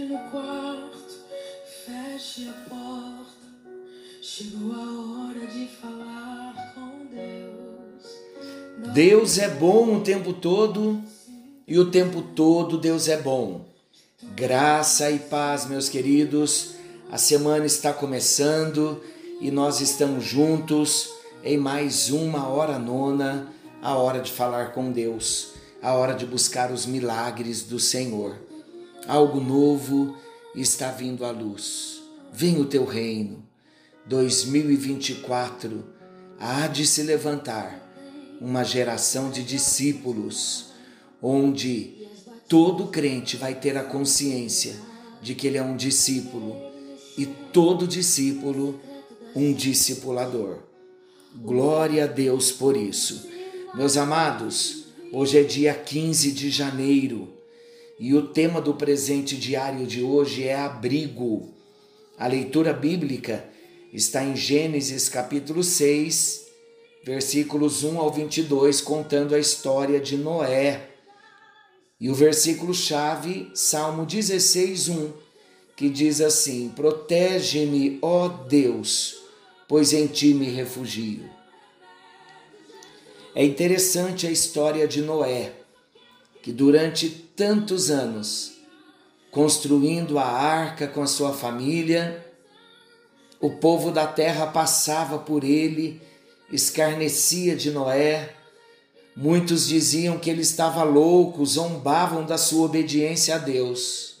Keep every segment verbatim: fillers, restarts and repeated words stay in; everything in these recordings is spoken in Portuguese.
no quarto, feche a porta. Chegou a hora de falar com Deus. Deus é bom o tempo todo e o tempo todo Deus é bom. Graça e paz, meus queridos. A semana está começando e nós estamos juntos em mais uma hora nona, a hora de falar com Deus, a hora de buscar os milagres do Senhor. Algo novo está vindo à luz. Vem o teu reino. dois mil e vinte e quatro há de se levantar uma geração de discípulos, onde todo crente vai ter a consciência de que ele é um discípulo e todo discípulo um discipulador. Glória a Deus por isso. Meus amados, hoje é dia quinze de janeiro e o tema do presente diário de hoje é abrigo. A leitura bíblica está em Gênesis capítulo seis, versículos um ao vinte e dois, contando a história de Noé. E o versículo-chave, Salmo dezesseis, um, que diz assim: protege-me, ó Deus, pois em ti me refugio. É interessante a história de Noé, que durante tantos anos, construindo a arca com a sua família, o povo da terra passava por ele, escarnecia de Noé. Muitos diziam que ele estava louco, zombavam da sua obediência a Deus.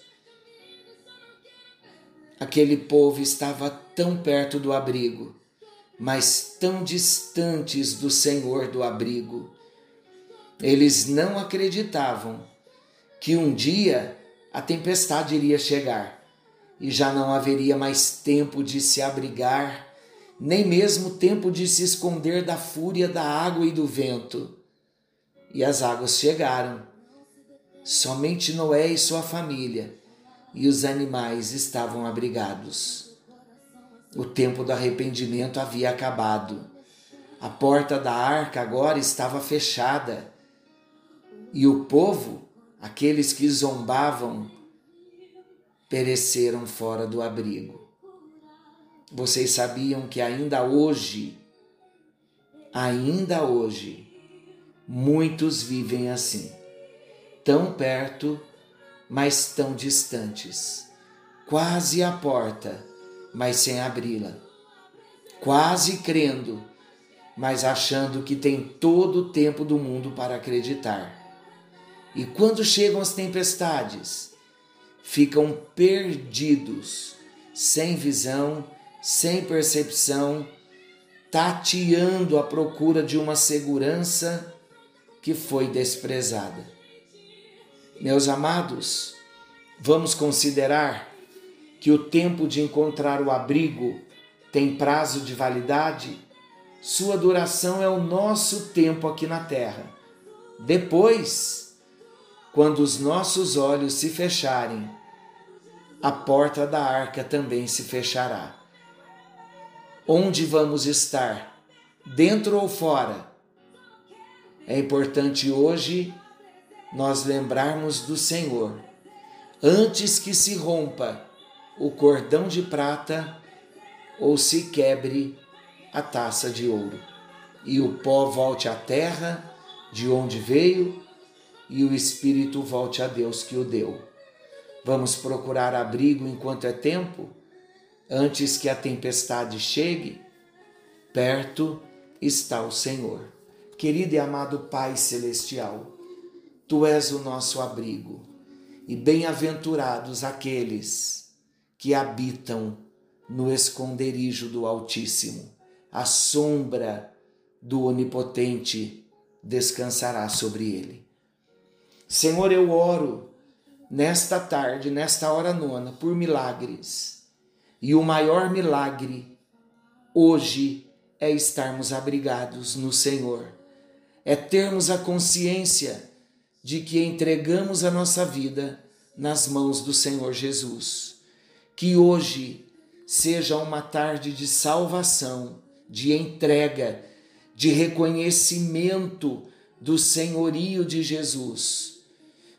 Aquele povo estava tão perto do abrigo, mas tão distantes do Senhor do abrigo. Eles não acreditavam que um dia a tempestade iria chegar e já não haveria mais tempo de se abrigar, nem mesmo tempo de se esconder da fúria da água e do vento. E as águas chegaram. Somente Noé e sua família e os animais estavam abrigados. O tempo do arrependimento havia acabado. A porta da arca agora estava fechada. E o povo, aqueles que zombavam, pereceram fora do abrigo. Vocês sabiam que ainda hoje, ainda hoje, muitos vivem assim, tão perto, mas tão distantes, quase à porta, mas sem abri-la, quase crendo, mas achando que tem todo o tempo do mundo para acreditar. E quando chegam as tempestades, ficam perdidos, sem visão, sem percepção, tateando à procura de uma segurança que foi desprezada. Meus amados, vamos considerar que o tempo de encontrar o abrigo tem prazo de validade. Sua duração é o nosso tempo aqui na terra. Depois, quando os nossos olhos se fecharem, a porta da arca também se fechará. Onde vamos estar? Dentro ou fora? É importante hoje nós lembrarmos do Senhor, antes que se rompa o cordão de prata ou se quebre a taça de ouro, e o pó volte à terra de onde veio e o espírito volte a Deus que o deu. Vamos procurar abrigo enquanto é tempo, antes que a tempestade chegue. Perto está o Senhor. Querido e amado Pai Celestial, Tu és o nosso abrigo, e bem-aventurados aqueles que habitam no esconderijo do Altíssimo. A sombra do Onipotente descansará sobre ele. Senhor, eu oro nesta tarde, nesta hora nona, por milagres. E o maior milagre hoje é estarmos abrigados no Senhor. É termos a consciência de que entregamos a nossa vida nas mãos do Senhor Jesus. Que hoje seja uma tarde de salvação, de entrega, de reconhecimento do senhorio de Jesus.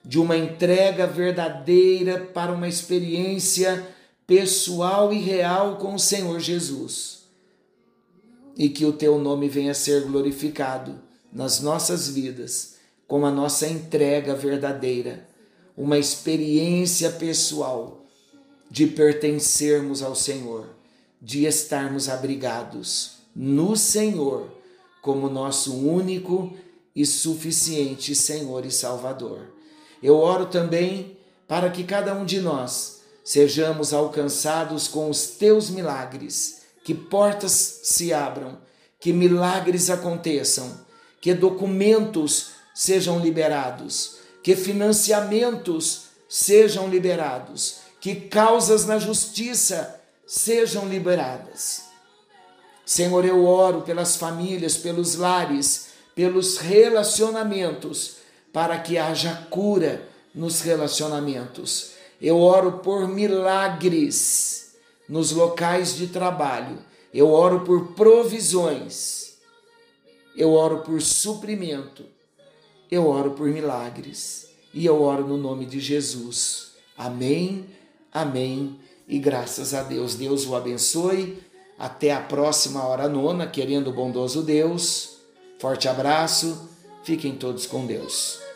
de uma entrega verdadeira para uma experiência pessoal e real com o Senhor Jesus. E que o teu nome venha a ser glorificado nas nossas vidas, com a nossa entrega verdadeira, uma experiência pessoal de pertencermos ao Senhor, de estarmos abrigados no Senhor como nosso único e suficiente Senhor e Salvador. Eu oro também para que cada um de nós sejamos alcançados com os teus milagres, que portas se abram, que milagres aconteçam, que documentos sejam liberados, que financiamentos sejam liberados, que causas na justiça sejam liberadas. Senhor, eu oro pelas famílias, pelos lares, pelos relacionamentos, para que haja cura nos relacionamentos. Eu oro por milagres nos locais de trabalho. Eu oro por provisões. Eu oro por suprimento. Eu oro por milagres. E eu oro no nome de Jesus. Amém, amém e graças a Deus. Deus o abençoe. Até a próxima hora nona, querendo o bondoso Deus. Forte abraço. Fiquem todos com Deus.